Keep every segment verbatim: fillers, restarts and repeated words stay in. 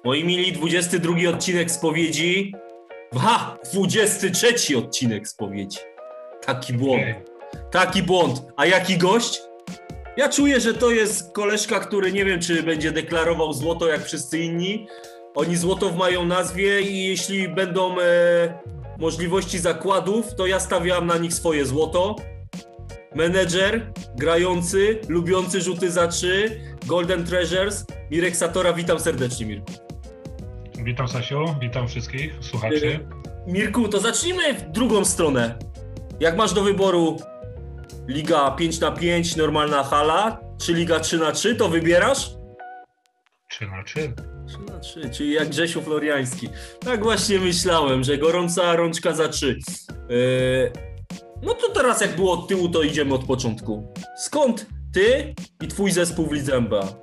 Moi mili, dwudziesty drugi odcinek Spowiedzi. Ha! dwudziesty trzeci odcinek Spowiedzi. Taki błąd. Taki błąd. A jaki gość? Ja czuję, że to jest koleżka, który nie wiem, czy będzie deklarował złoto jak wszyscy inni. Oni złoto mają w nazwie i jeśli będą e, możliwości zakładów, to ja stawiam na nich swoje złoto. Menedżer, grający, lubiący rzuty za trzy, Golden Treasures, Mirek Satora. Witam serdecznie, Mirku. Witam, Sasiu, witam wszystkich słuchaczy. Mirku, to zacznijmy w drugą stronę. Jak masz do wyboru Liga pięć na pięć, normalna hala, czy Liga trzy na trzy, to wybierasz? trzy na trzy. trzy na trzy, czyli jak Grzesiu Floriański. Tak właśnie myślałem, że gorąca rączka za trzy. Yy, no to teraz jak było od tyłu, to idziemy od początku. Skąd ty i twój zespół w Lidze N B A?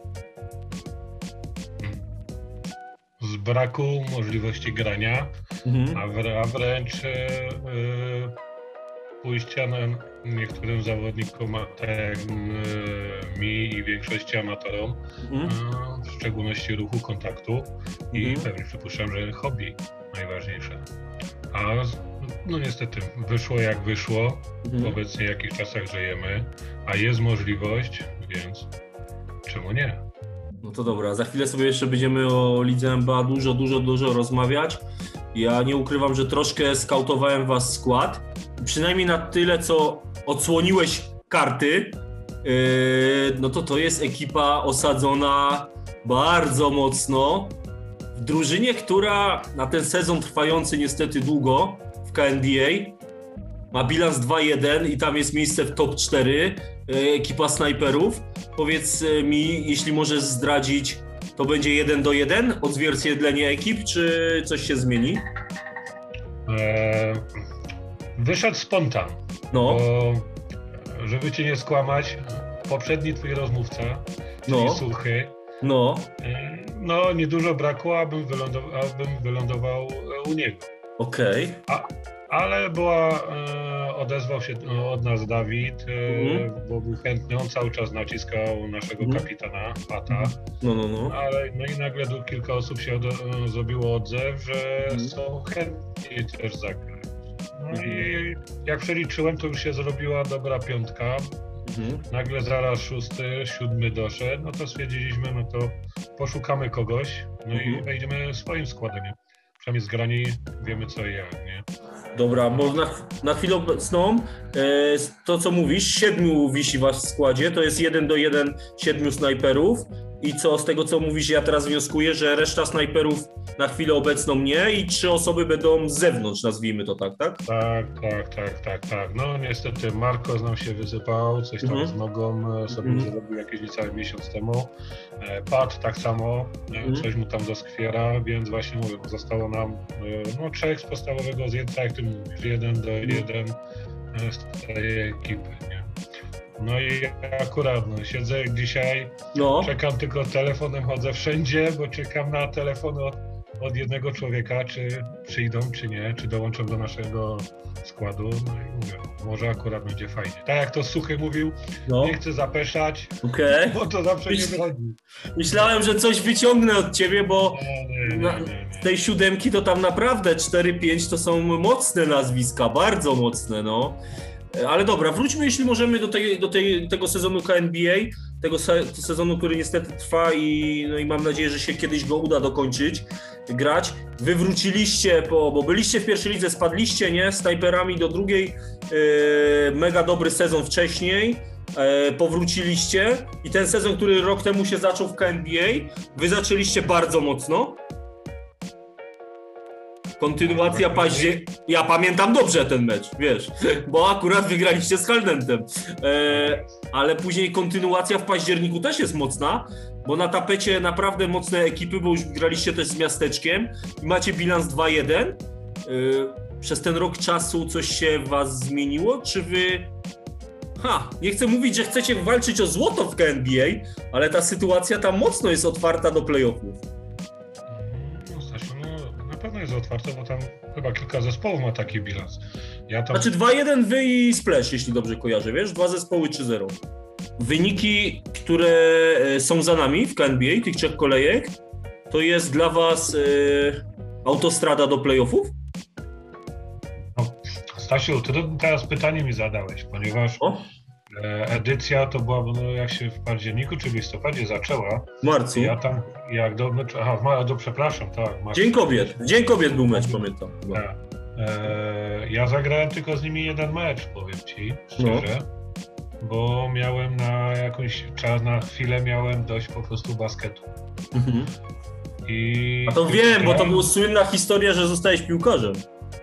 Z braku możliwości grania, mhm. a, wr- a wręcz yy, pójścia na niektórym zawodnikom, tak jak yy, mi i większości amatorom, mhm. yy, w szczególności ruchu, kontaktu mhm. i pewnie przypuszczam, że hobby najważniejsze. A no niestety wyszło jak wyszło, mhm. w obecnie jakich czasach żyjemy, a jest możliwość, więc czemu nie? No to dobra, za chwilę sobie jeszcze będziemy o Lidze N B A dużo, dużo, dużo rozmawiać. Ja nie ukrywam, że troszkę skautowałem was skład. Przynajmniej na tyle, co odsłoniłeś karty, yy, no to to jest ekipa osadzona bardzo mocno w drużynie, która na ten sezon trwający niestety długo w K N B A ma bilans dwa jeden i tam jest miejsce w top cztery, ekipa snajperów. Powiedz mi, jeśli możesz zdradzić, to będzie jeden do jeden odzwierciedlenie ekip, czy coś się zmieni? Eee, wyszedł spontan, no. Bo żeby cię nie skłamać, poprzedni twój rozmówca, czyli no. Suchy, no. Eee, no niedużo brakło, abym wylądował, abym wylądował u niego. Okej. Okay. Ale była, e, odezwał się od nas Dawid, e, mm. bo był chętny, on cały czas naciskał naszego mm. kapitana, Pata, no, no, no. Ale no i nagle tu kilka osób się od, e, zrobiło odzew, że mm. są chętni też zagrać. No mm. i jak przeliczyłem, to już się zrobiła dobra piątka, mm. nagle zaraz szósty, siódmy doszedł, no to stwierdziliśmy, no to poszukamy kogoś, no mm. i wejdziemy swoim składem. Przynajmniej zgrani wiemy co i jak, nie? Dobra, bo na, na chwilę obecną e, to co mówisz, siedmiu wisi was w składzie, to jest jeden do jeden siedmiu snajperów i co z tego co mówisz, ja teraz wnioskuję, że reszta snajperów na chwilę obecną nie i trzy osoby będą z zewnątrz, nazwijmy to tak, tak? Tak, tak, tak, tak, tak. No niestety Marko nam się wysypał, coś tam mhm. z nogą sobie mhm. zrobił jakiś niecały miesiąc temu. Pat tak samo, mhm. coś mu tam doskwiera, więc właśnie mówię, zostało nam no, trzech z podstawowego zjęcia, jak ty mówisz, jeden do jeden z tej ekipy, nie? No i akurat no, siedzę dzisiaj, no. czekam tylko telefonem, chodzę wszędzie, bo czekam na telefony od, od jednego człowieka, czy przyjdą, czy nie, czy dołączą do naszego składu. No i mówię, może akurat będzie fajnie. Tak jak to Suchy mówił, no. nie chcę zapeszać, okay. bo to zawsze Myśl... nie wychodzi. Myślałem, że coś wyciągnę od ciebie, bo nie, nie, nie, nie, nie. z tej siódemki to tam naprawdę cztery pięć to są mocne nazwiska, bardzo mocne, no. Ale dobra, wróćmy jeśli możemy do, tej, do tej, tego sezonu K N B A, tego se, sezonu, który niestety trwa i, no i mam nadzieję, że się kiedyś go uda dokończyć, grać. Wy wróciliście, po, bo byliście w pierwszej lidze, spadliście, nie, snajperami do drugiej, yy, mega dobry sezon wcześniej, yy, powróciliście i ten sezon, który rok temu się zaczął w K N B A, wy zaczęliście bardzo mocno. Kontynuacja października. Ja pamiętam dobrze ten mecz, wiesz, bo akurat wygraliście z Haldentem. E, ale później kontynuacja w październiku też jest mocna, bo na tapecie naprawdę mocne ekipy, bo już graliście też z Miasteczkiem i macie bilans dwa jeden. E, przez ten rok czasu coś się was zmieniło? Czy wy... Ha, nie chcę mówić, że chcecie walczyć o złoto w K N B A, ale ta sytuacja tam mocno jest otwarta do playoffów. Na pewno jest otwarte, bo tam chyba kilka zespołów ma taki bilans. Ja tam... Znaczy dwa jeden wy i Splash, jeśli dobrze kojarzę, wiesz? Dwa zespoły trzy zero. Wyniki, które są za nami w K N B A, tych trzech kolejek, to jest dla was yy, autostrada do playoffów? No, Stasiu, ty teraz pytanie mi zadałeś, ponieważ o? edycja to była, no, jak się w październiku czy w listopadzie zaczęła. W marcu. Ja tam, jak do, aha, w marcu, przepraszam, tak. Marcu. Dzień Kobiet, Dzień Kobiet był mecz, pamiętam. Tak. E, ja zagrałem tylko z nimi jeden mecz, powiem ci szczerze, no. Bo miałem na jakąś czas, na chwilę miałem dość po prostu basketu. Mhm. I A to wiem, bo to była słynna historia, że zostałeś piłkarzem.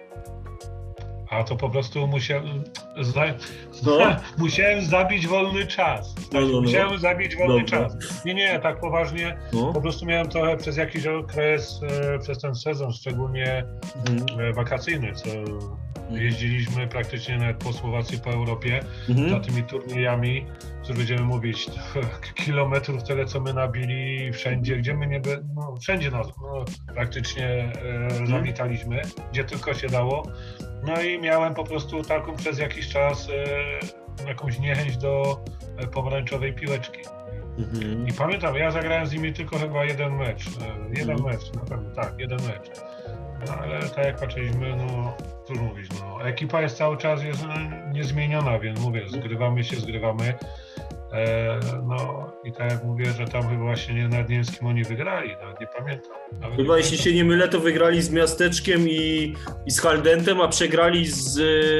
A to po prostu musiałem, zda, no. musiałem zabić wolny czas. Tak, no, no, no. Musiałem zabić wolny Dobra. czas. Nie, nie, tak poważnie. No. Po prostu miałem trochę przez jakiś okres, e, przez ten sezon, szczególnie mhm. e, wakacyjny, co jeździliśmy praktycznie nawet po Słowacji, po Europie, mhm. za tymi turniejami, co będziemy mówić, kilometrów tyle, co my nabili wszędzie, gdzie my nie by, no, wszędzie nas no, praktycznie e, mhm. zawitaliśmy, gdzie tylko się dało. No i miałem po prostu taką przez jakiś czas e, jakąś niechęć do e, pomarańczowej piłeczki. Mhm. I pamiętam, ja zagrałem z nimi tylko chyba jeden mecz. E, jeden mhm. mecz, na pewno, tak, jeden mecz. No ale tak jak patrzyliśmy, no cóż mówić, no ekipa jest cały czas jest no, niezmieniona, więc mówię, zgrywamy się, zgrywamy. E, no i tak jak mówię, że tam chyba właśnie nie, nawet nie wiem z kim oni wygrali, nawet nie pamiętam. Nawet chyba nie jeśli pamiętam. się nie mylę, to wygrali z Miasteczkiem i, i z Haldentem, a przegrali z,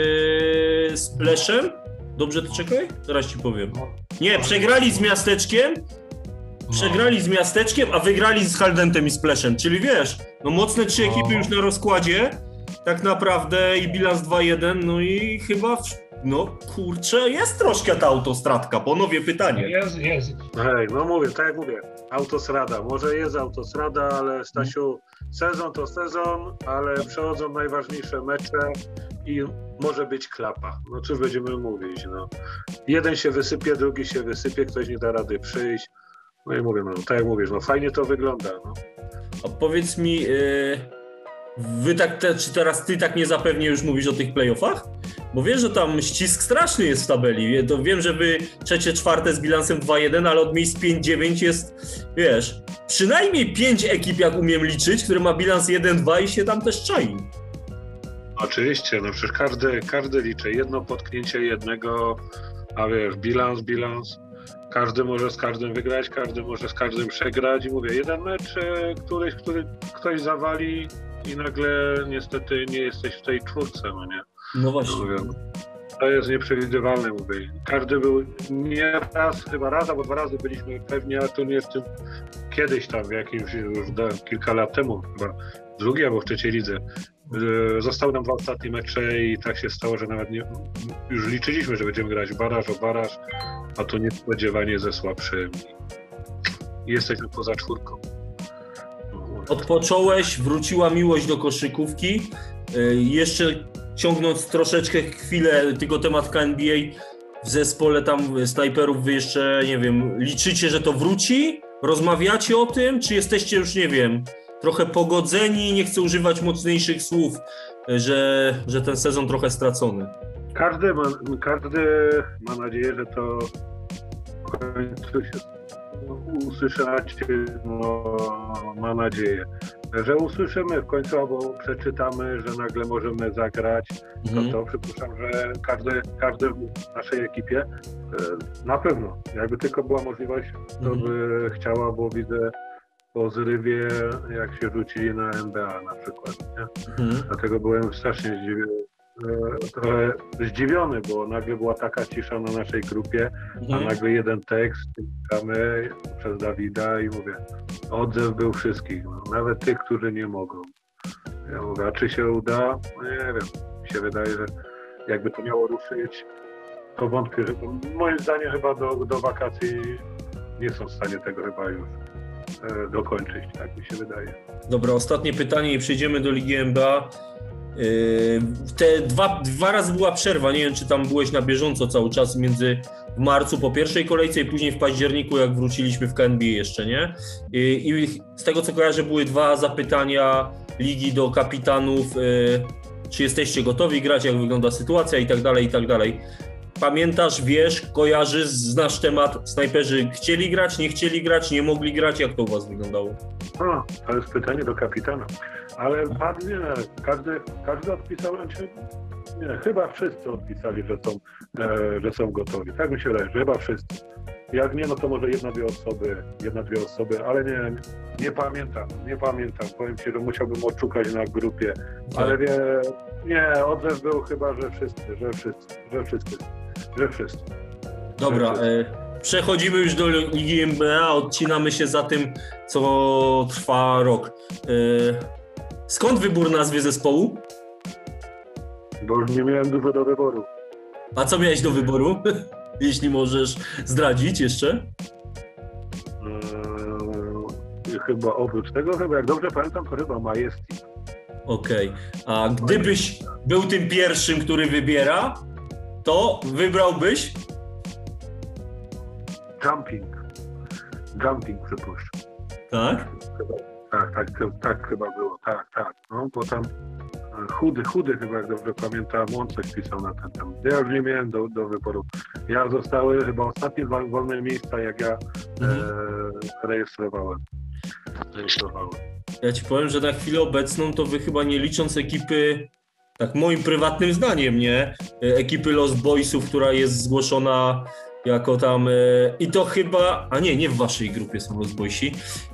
z Pleszem. Dobrze to czekaj? Zaraz ci powiem. Nie, przegrali z Miasteczkiem, przegrali z Miasteczkiem, a wygrali z Haldentem i z Pleszem, czyli wiesz, no mocne trzy ekipy już na rozkładzie, tak naprawdę i bilans dwa jeden, no i chyba... No kurczę, jest troszkę ta autostradka, ponowię pytanie. Jest, jest. Hej, no mówię, tak jak mówię, autostrada, może jest autostrada, ale Stasiu, sezon to sezon, ale przechodzą najważniejsze mecze i może być klapa. No cóż będziemy mówić, no. Jeden się wysypie, drugi się wysypie, ktoś nie da rady przyjść. No i mówię, no tak jak mówisz, no fajnie to wygląda, no. A powiedz mi, yy, wy tak, te, czy teraz ty tak niezapewnie już mówisz o tych playoffach? Bo wiesz, że tam ścisk straszny jest w tabeli. To wiem, że wy trzecie, czwarte z bilansem dwa jeden, ale od miejsc pięć dziewięć jest, wiesz, przynajmniej pięć ekip, jak umiem liczyć, które ma bilans jeden dwa i się tam też czai. Oczywiście, no przecież każdy, każdy liczy. Jedno potknięcie jednego, a wiesz, bilans, bilans. Każdy może z każdym wygrać, każdy może z każdym przegrać. I mówię, jeden mecz, któryś, który ktoś zawali i nagle niestety nie jesteś w tej czwórce, no nie? No właśnie. No, to jest nieprzewidywalne, mówię. Każdy był nie raz, chyba raz albo dwa razy byliśmy pewni, a to nie w tym kiedyś tam, w jakimś już da, kilka lat temu, chyba w drugiej albo w trzeciej lidze. Zostały nam dwa ostatnie mecze i tak się stało, że nawet nie, już liczyliśmy, że będziemy grać baraż o baraż, a to niespodziewanie ze słabszym. I jesteśmy poza czwórką. Odpocząłeś, wróciła miłość do koszykówki. Jeszcze ciągnąc troszeczkę chwilę tego tematka N B A, w zespole tam snajperów wy jeszcze, nie wiem, liczycie, że to wróci? Rozmawiacie o tym? Czy jesteście już, nie wiem, trochę pogodzeni? Nie chcę używać mocniejszych słów, że, że ten sezon trochę stracony. Każdy ma, każdy ma nadzieję, że to w końcu się usłyszycie, no, ma nadzieję, że usłyszymy w końcu albo przeczytamy, że nagle możemy zagrać. Mhm. To, to przypuszczam, że każdy, każdy w naszej ekipie na pewno, jakby tylko była możliwość, to mhm. by chciała, bo widzę po zrywie, jak się rzucili na N B A na przykład. Nie? Mhm. Dlatego byłem strasznie zdziwiony. Trochę zdziwiony, bo nagle była taka cisza na naszej grupie, mhm. a nagle jeden tekst czytamy przez Dawida i mówię, odzew był wszystkich, no, nawet tych, którzy nie mogą. Ja mówię, a czy się uda? No nie wiem, mi się wydaje, że jakby to miało ruszyć, to wątpię, że to, moim zdaniem chyba do, do wakacji nie są w stanie tego chyba już e, dokończyć, tak mi się wydaje. Dobra, ostatnie pytanie i przejdziemy do Ligi N B A. Te dwa, dwa razy była przerwa, nie wiem, czy tam byłeś na bieżąco cały czas między w marcu po pierwszej kolejce i później w październiku, jak wróciliśmy w K N B A jeszcze, nie? I, i z tego co kojarzę, były dwa zapytania ligi do kapitanów, czy jesteście gotowi grać, jak wygląda sytuacja i tak dalej, i tak dalej. Pamiętasz, wiesz, kojarzysz, znasz temat, snajperzy chcieli grać, nie chcieli grać, nie mogli grać, jak to u was wyglądało? O, to jest pytanie do kapitana. Ale padnie, każdy, każdy odpisał, znaczy, nie, chyba wszyscy odpisali, że są, e, że są gotowi. Tak mi się wydaje, że chyba wszyscy. Jak nie, no to może jedna, dwie osoby, jedna, dwie osoby, ale nie, nie pamiętam, nie pamiętam. Powiem ci, że musiałbym odszukać na grupie, tak. Ale wie, nie, odzew był chyba, że wszyscy, że wszyscy, że wszyscy, że wszyscy. Dobra, że wszyscy. E, przechodzimy już do Ligi N B A, odcinamy się za tym, co trwa rok. E, skąd wybór nazwy zespołu? Bo już nie miałem dużo do wyboru. A co miałeś do wyboru? Jeśli możesz zdradzić jeszcze? Eee, chyba oprócz tego, chyba jak dobrze pamiętam, to chyba Majestic. Okej, okay. A gdybyś był tym pierwszym, który wybiera, to wybrałbyś? Jumping. Jumping przypuszczam. Tak? Tak, tak, tak chyba było, tak, tak. No, bo tam chudy, chudy chyba, jak dobrze pamiętam, on coś pisał na ten temat. Ja już nie miałem do, do wyboru. Ja zostały chyba ostatnie dwa wolne miejsca, jak ja mhm. e, rejestrowałem. rejestrowałem. Ja ci powiem, że na chwilę obecną to wy chyba nie licząc ekipy, tak moim prywatnym zdaniem, nie? Ekipy Lost Boysów, która jest zgłoszona jako tam, e, i to chyba, a nie, nie w waszej grupie są Lost Boysi,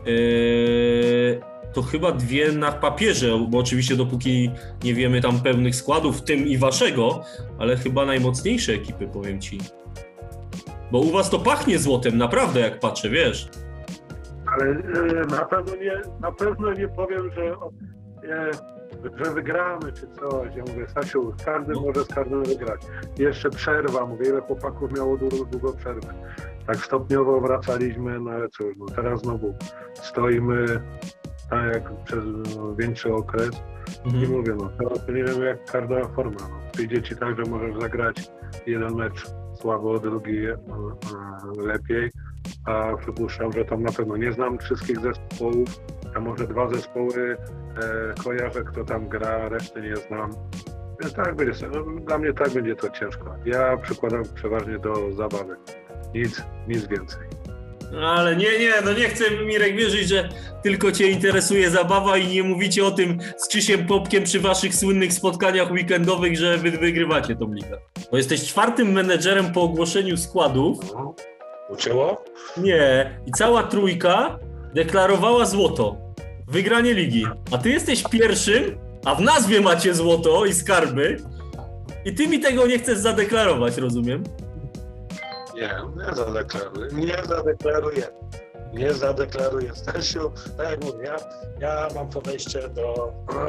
e, to chyba dwie na papierze, bo oczywiście dopóki nie wiemy tam pełnych składów, w tym i waszego, ale chyba najmocniejsze ekipy, powiem ci. Bo u was to pachnie złotem, naprawdę, jak patrzę, wiesz. Ale e, na pewno nie, na pewno nie powiem, że, e, że wygramy czy coś. Ja mówię, Stasiu, każdy no. może z każdym wygrać. Jeszcze przerwa, mówię, ile chłopaków miało długo, długo przerwy. Tak stopniowo wracaliśmy, no ale cóż, no teraz znowu stoimy tak jak przez no, większy okres mhm. i mówię, no teraz nie wiem jak każda forma. No. Przyjdzie ci tak, że możesz zagrać jeden mecz słabo, drugi no, no, lepiej, a przypuszczam, że tam na pewno nie znam wszystkich zespołów, a może dwa zespoły e, kojarzę, kto tam gra, reszty nie znam. Więc tak będzie, no, dla mnie tak będzie to ciężko. Ja przykładam przeważnie do zabawy. Nic, nic więcej. No ale nie, nie, no nie chcę, Mirek, wierzyć, że tylko cię interesuje zabawa i nie mówicie o tym z Krzysiem Popkiem przy waszych słynnych spotkaniach weekendowych, że wy wygrywacie tą ligę. Bo jesteś czwartym menedżerem po ogłoszeniu składów. No, ucięło? Nie. I cała trójka deklarowała złoto. Wygranie ligi. A ty jesteś pierwszym, a w nazwie macie złoto i skarby. I ty mi tego nie chcesz zadeklarować, rozumiem? Nie, nie zadeklaruję. Nie zadeklaruję. Nie zadeklaruję. Stasiu, tak jak mówię, ja, ja mam podejście do,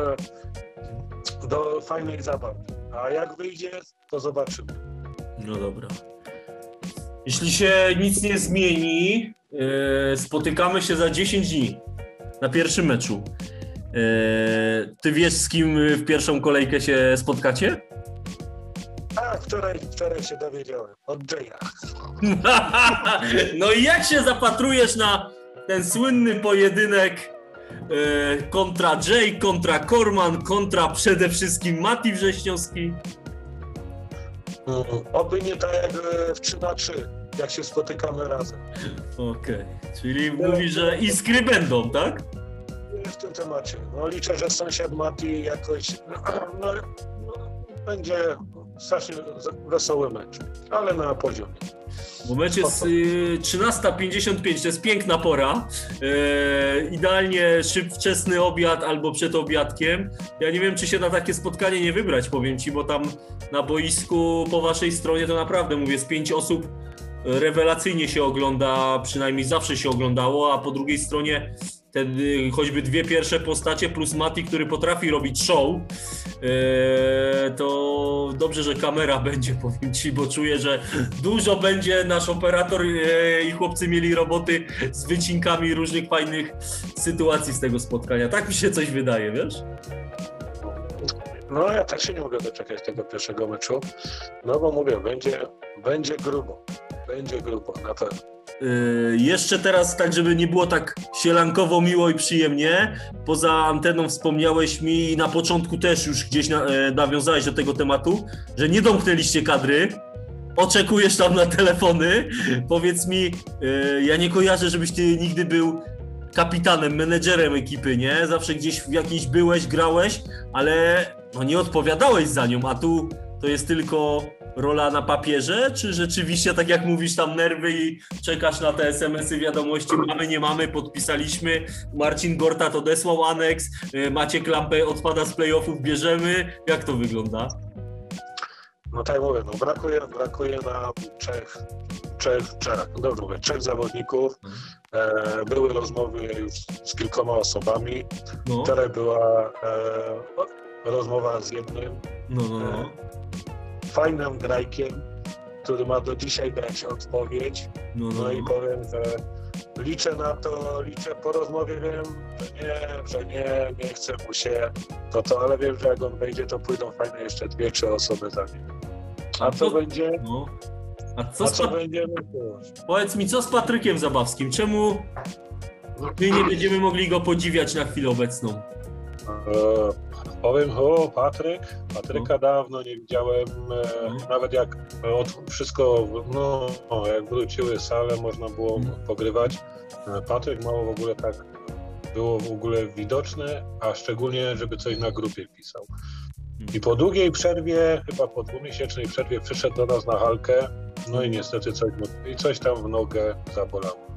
do fajnej zabawy. A jak wyjdzie, to zobaczymy. No dobra. Jeśli się nic nie zmieni, yy, spotykamy się za dziesięć dni na pierwszym meczu. Yy, ty wiesz, z kim w pierwszą kolejkę się spotkacie? A, wczoraj, wczoraj się dowiedziałem. Od Jaya. No i jak się zapatrujesz na ten słynny pojedynek yy, kontra Jay, kontra Korman, kontra przede wszystkim Mati Wrześniowski? Hmm, oby nie tak jak w trzy na trzy, jak się spotykamy razem. Okej, okay. Czyli mówi, że iskry będą, tak? W tym temacie. No liczę, że sąsiad Mati jakoś no, no, będzie strasznie wesoły mecz, ale na poziomie. Bo mecz jest y, trzynasta pięćdziesiąt pięć, to jest piękna pora. E, idealnie szyb, wczesny obiad albo przed obiadkiem. Ja nie wiem, czy się na takie spotkanie nie wybrać, powiem ci, bo tam na boisku po waszej stronie to naprawdę, mówię, z pięć osób rewelacyjnie się ogląda, przynajmniej zawsze się oglądało, a po drugiej stronie te choćby dwie pierwsze postacie plus Mati, który potrafi robić show, e, to dobrze, że kamera będzie, powiem ci, bo czuję, że dużo będzie nasz operator e, i chłopcy mieli roboty z wycinkami różnych fajnych sytuacji z tego spotkania. Tak mi się coś wydaje, wiesz? No ja też się nie mogę doczekać tego pierwszego meczu, no bo mówię, będzie, będzie grubo, będzie grubo, na pewno. Yy, jeszcze teraz, tak żeby nie było tak sielankowo miło i przyjemnie, poza anteną wspomniałeś mi i na początku też już gdzieś na, e, nawiązałeś do tego tematu, że nie domknęliście kadry, oczekujesz tam na telefony. Powiedz mi, e, ja nie kojarzę, żebyś ty nigdy był kapitanem, menedżerem ekipy, nie? Zawsze gdzieś w jakiejś byłeś, grałeś, ale no nie odpowiadałeś za nią, a tu to jest tylko rola na papierze, czy rzeczywiście, tak jak mówisz, tam nerwy i czekasz na te es em esy, wiadomości, mamy, nie mamy, podpisaliśmy, Marcin Gortat odesłał aneks, Maciek Lampę odpada z playoffów, bierzemy, jak to wygląda? No tak mówię, no brakuje, brakuje nam trzech, trzech, trzech, dobrze mówię, trzech zawodników. E, były rozmowy już z kilkoma osobami. No. Wczoraj była e, rozmowa z jednym No, no, no. e, fajnym grajkiem, który ma do dzisiaj dać odpowiedź. No, no, No i no. powiem, że liczę na to, liczę po rozmowie, wiem, że nie, że nie, nie chce mu się to, to, ale wiem, że jak on wejdzie, to pójdą fajne jeszcze dwie, trzy osoby za nim. A co Co- będzie? no. A co A z co Pat- będzie? No to- Powiedz mi, co z Patrykiem Zabawskim? Czemu my nie będziemy mogli go podziwiać na chwilę obecną? E, powiem, o Patryk, Patryka dawno nie widziałem, e, No. nawet jak od, wszystko, no jak wróciły sale, można było Mm. pogrywać. E, Patryk mało w ogóle tak było w ogóle widoczne, a szczególnie, żeby coś na grupie pisał. I po długiej przerwie, chyba po dwumiesięcznej przerwie przyszedł do nas na halkę, no i niestety coś, mu- i coś tam w nogę zabolało.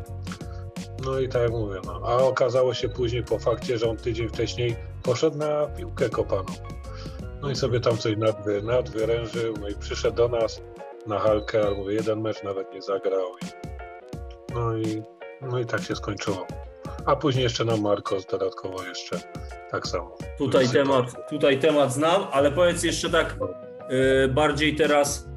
No i tak jak mówię, no. A okazało się później po fakcie, że on tydzień wcześniej poszedł na piłkę kopaną. No i sobie tam coś nadwy, nadwyrężył, no i przyszedł do nas na halkę, ale mówię, jeden mecz nawet nie zagrał. I, no, i, no i tak się skończyło. A później jeszcze na Marcos dodatkowo jeszcze tak samo. Tutaj Sytuacja. temat, tutaj temat znam, ale powiedz jeszcze tak yy, bardziej teraz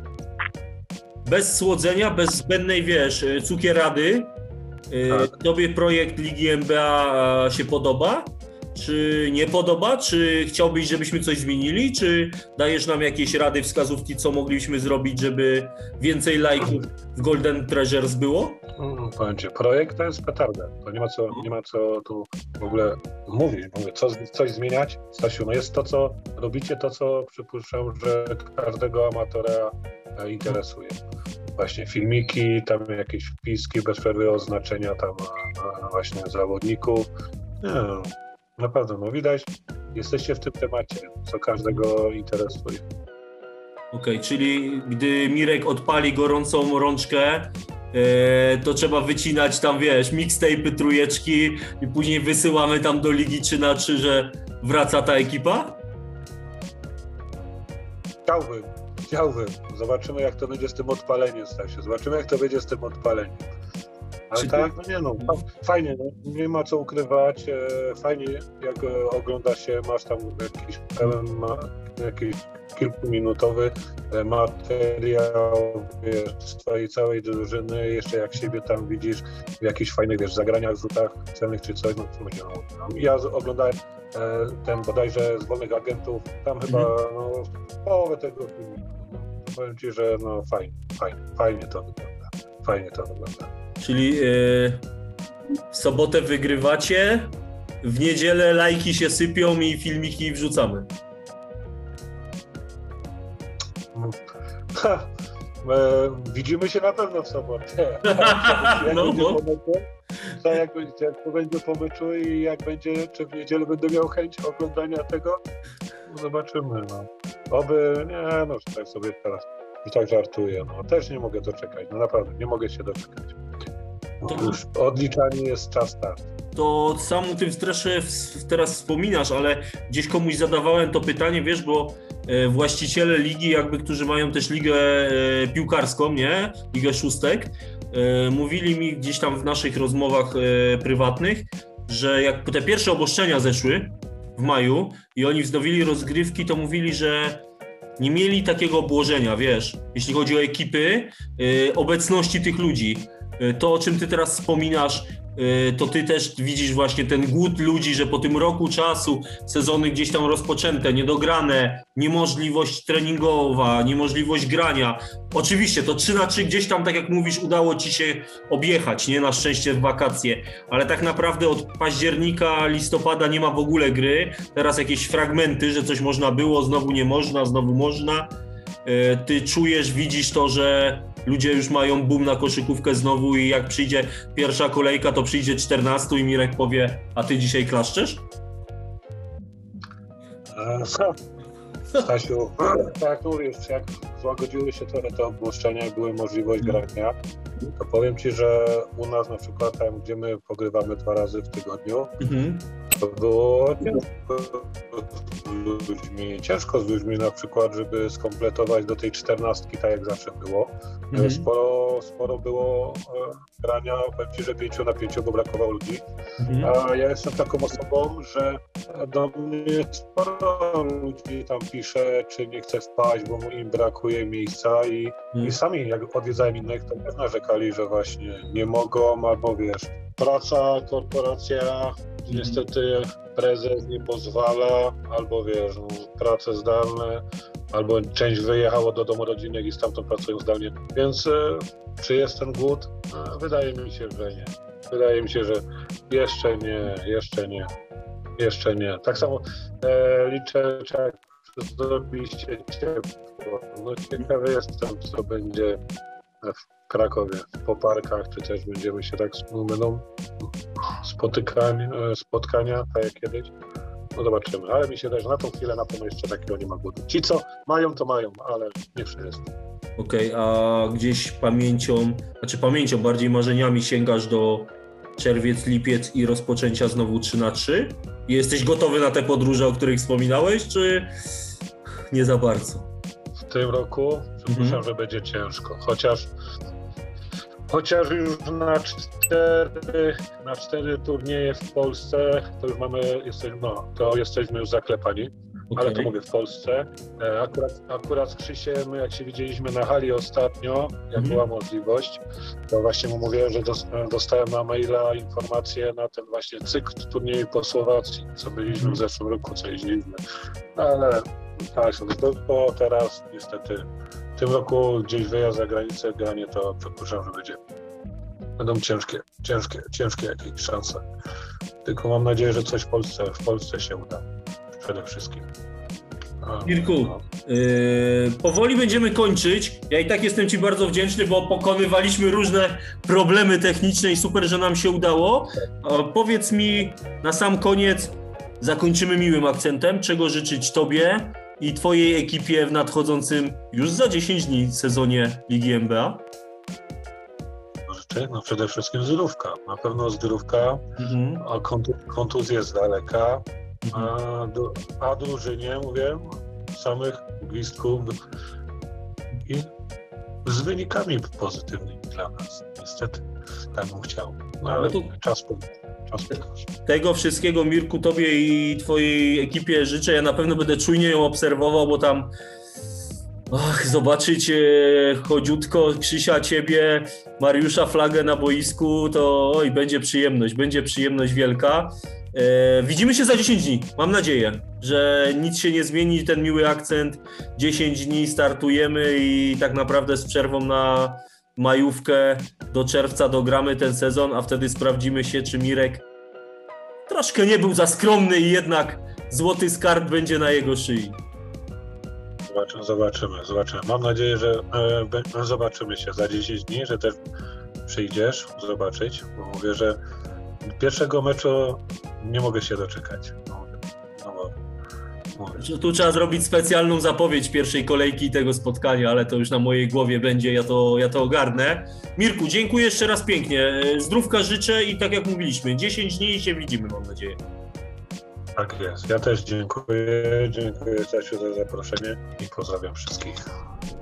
bez słodzenia, bez zbędnej, wiesz, yy, cukierady. Yy, Tak. Tobie projekt Ligi N B A się podoba? Czy nie podoba? Czy chciałbyś, żebyśmy coś zmienili? Czy dajesz nam jakieś rady, wskazówki, co moglibyśmy zrobić, żeby więcej lajków w Golden Treasures było? Mm, powiem ci, projekt to jest petarda. To nie ma co, nie ma co tu w ogóle mówić. Mówię, co, coś zmieniać? Stasiu, no jest to, co robicie, to, co przypuszczam, że każdego amatora e, interesuje. Właśnie filmiki, tam jakieś wpiski, bez przerwy oznaczenia tam a, a właśnie zawodników. Nie, no, naprawdę, no widać, jesteście w tym temacie, co każdego interesuje. Okej, czyli gdy Mirek odpali gorącą rączkę, e, to trzeba wycinać tam, wiesz, mixtape'y, trójeczki i później wysyłamy tam do Ligi trzy na trzy, że wraca ta ekipa? Chciałbym, chciałbym. Zobaczymy, jak to będzie z tym odpaleniem, Stasiu. Zobaczymy, jak to będzie z tym odpaleniem. Ale Czy tak, no nie no, fa- fajnie, no, nie ma co ukrywać. E, fajnie, jak e, ogląda się, masz tam jakiś pełen, ma, jakiś kilkuminutowy e, materiał, wiesz, z twojej całej drużyny, jeszcze jak siebie tam widzisz w jakichś fajnych, wiesz, zagraniach, rzutach celnych czy coś, no to będzie, no, ja z- oglądałem e, ten bodajże z Wolnych Agentów, tam chyba no, połowę tego filmu. No, powiem ci, że no fajnie, fajnie, fajnie to wygląda, fajnie to wygląda. Czyli e, w sobotę wygrywacie, w niedzielę lajki się sypią i filmiki wrzucamy. Ha, e, widzimy się na pewno w sobotę. Jak No, będzie no. po meczu, to jak będzie, jak to będzie po meczu i jak będzie, czy w niedzielę będę miał chęć oglądania tego, no zobaczymy. No. Oby, nie no, że tak sobie teraz, że tak żartuję, no też nie mogę doczekać, no naprawdę, nie mogę się doczekać. No, To- już odliczanie jest czas start. To sam o tym stresie w- teraz wspominasz, ale gdzieś komuś zadawałem to pytanie, wiesz, bo e, właściciele ligi, jakby, którzy mają też ligę e, piłkarską, nie? Ligę szóstek, e, mówili mi gdzieś tam w naszych rozmowach e, prywatnych, że jak te pierwsze obostrzenia zeszły w maju i oni wznowili rozgrywki, to mówili, że nie mieli takiego obłożenia, wiesz, jeśli chodzi o ekipy, e, obecności tych ludzi. E, To, o czym ty teraz wspominasz, to ty też widzisz właśnie ten głód ludzi, że po tym roku czasu sezony gdzieś tam rozpoczęte, niedograne, niemożliwość treningowa, niemożliwość grania. Oczywiście to trzy na trzy gdzieś tam, tak jak mówisz, udało ci się objechać, nie? Na szczęście w wakacje, ale tak naprawdę od października, listopada nie ma w ogóle gry. Teraz jakieś fragmenty, że coś można było, znowu nie można, znowu można. Ty czujesz, widzisz to, że ludzie już mają boom na koszykówkę znowu i jak przyjdzie pierwsza kolejka, to przyjdzie czternastu i Mirek powie, a ty dzisiaj klaszczesz? Stasiu, tak jak mówisz, jak złagodziły się trochę te obłuszczenia i były możliwość grania, to powiem Ci, że u nas na przykład tam, gdzie my pogrywamy dwa razy w tygodniu, mhm. to było ciężko z ludźmi, ciężko z ludźmi na przykład, żeby skompletować do tej czternastki, tak jak zawsze było. Mhm. Sporo, sporo było e, grania, powiem Ci, że pięciu na pięciu, bo brakowało ludzi. Mhm. A ja jestem taką osobą, że do mnie sporo ludzi tam pisze, czy nie chce wpaść, bo im brakuje miejsca i, mhm. i sami jak odwiedzałem innych, to też narzekali, że właśnie nie mogą, albo wiesz, praca, korporacja, niestety prezes nie pozwala, albo wiesz, no, prace zdalne, albo część wyjechało do domu rodzinnych i stamtąd pracują zdalnie. Więc e, czy jest ten głód? E, wydaje mi się, że nie. Wydaje mi się, że jeszcze nie, jeszcze nie, jeszcze nie. Tak samo e, liczę, czy jak zrobiliście ciepło. No ciekawy jestem, co będzie w Krakowie, po parkach, czy też będziemy się tak, będą spotkania, spotkania, tak jak kiedyś. No zobaczymy, ale mi się też na tą chwilę na pewno jeszcze takiego nie ma głodu. Ci co mają, to mają, ale nie wszyscy. Okej, okay, a gdzieś pamięcią, znaczy pamięcią, bardziej marzeniami sięgasz do czerwiec, lipiec i rozpoczęcia znowu trzy na trzy? Jesteś gotowy na te podróże, o których wspominałeś, czy nie za bardzo? W tym roku przypuszczam, mm-hmm. że będzie ciężko, chociaż Chociaż już na cztery, na cztery turnieje w Polsce, to już mamy, jesteśmy, no, to jesteśmy już zaklepani, okay. Ale to mówię w Polsce. Akurat, akurat z Krzysiem, jak się widzieliśmy na hali ostatnio, jak mm-hmm. była możliwość, to właśnie mu mówiłem, że dostałem na maila informację na ten właśnie cykl turnieju po Słowacji, co byliśmy w zeszłym roku, co jeździliśmy. No ale tak, to teraz niestety w tym roku gdzieś wyjazd za granicę, granie to przypuszczam, że będzie. Będą ciężkie, ciężkie, ciężkie jakieś szanse. Tylko mam nadzieję, że coś w Polsce, w Polsce się uda. Przede wszystkim. Mirku, yy, powoli będziemy kończyć. Ja i tak jestem Ci bardzo wdzięczny, bo pokonywaliśmy różne problemy techniczne i super, że nam się udało. A powiedz mi na sam koniec, zakończymy miłym akcentem, czego życzyć Tobie i Twojej ekipie w nadchodzącym już za dziesięć dni sezonie Ligi N B A? Życzę, no przede wszystkim zdrówka. Na pewno zdrówka, mhm. a kontuz, kontuzja z daleka, mhm. a, do, a drużynie, mówię, samych gwizdków i z wynikami pozytywnymi dla nas. Niestety, tak bym chciał. No, ale to czas tego wszystkiego, Mirku, Tobie i Twojej ekipie życzę. Ja na pewno będę czujnie ją obserwował, bo tam ach, zobaczyć chodziutko Krzysia, Ciebie, Mariusza Flagę na boisku, to oj, będzie przyjemność, będzie przyjemność wielka. E, widzimy się za dziesięć dni, mam nadzieję, że nic się nie zmieni, ten miły akcent, dziesięć dni startujemy i tak naprawdę z przerwą na majówkę do czerwca dogramy ten sezon, a wtedy sprawdzimy się, czy Mirek troszkę nie był za skromny i jednak złoty skarb będzie na jego szyi. Zobaczymy, zobaczymy, zobaczymy. Mam nadzieję, że e, zobaczymy się za dziesięć dni, że też przyjdziesz zobaczyć, bo mówię, że pierwszego meczu nie mogę się doczekać. No, no, no. Tu trzeba zrobić specjalną zapowiedź pierwszej kolejki tego spotkania, ale to już na mojej głowie będzie, ja to, ja to ogarnę. Mirku, dziękuję jeszcze raz pięknie. Zdrówka życzę i tak jak mówiliśmy, dziesięć dni i się widzimy, mam nadzieję. Tak jest. Ja też dziękuję. Dziękuję Stasiu za zaproszenie i pozdrawiam wszystkich.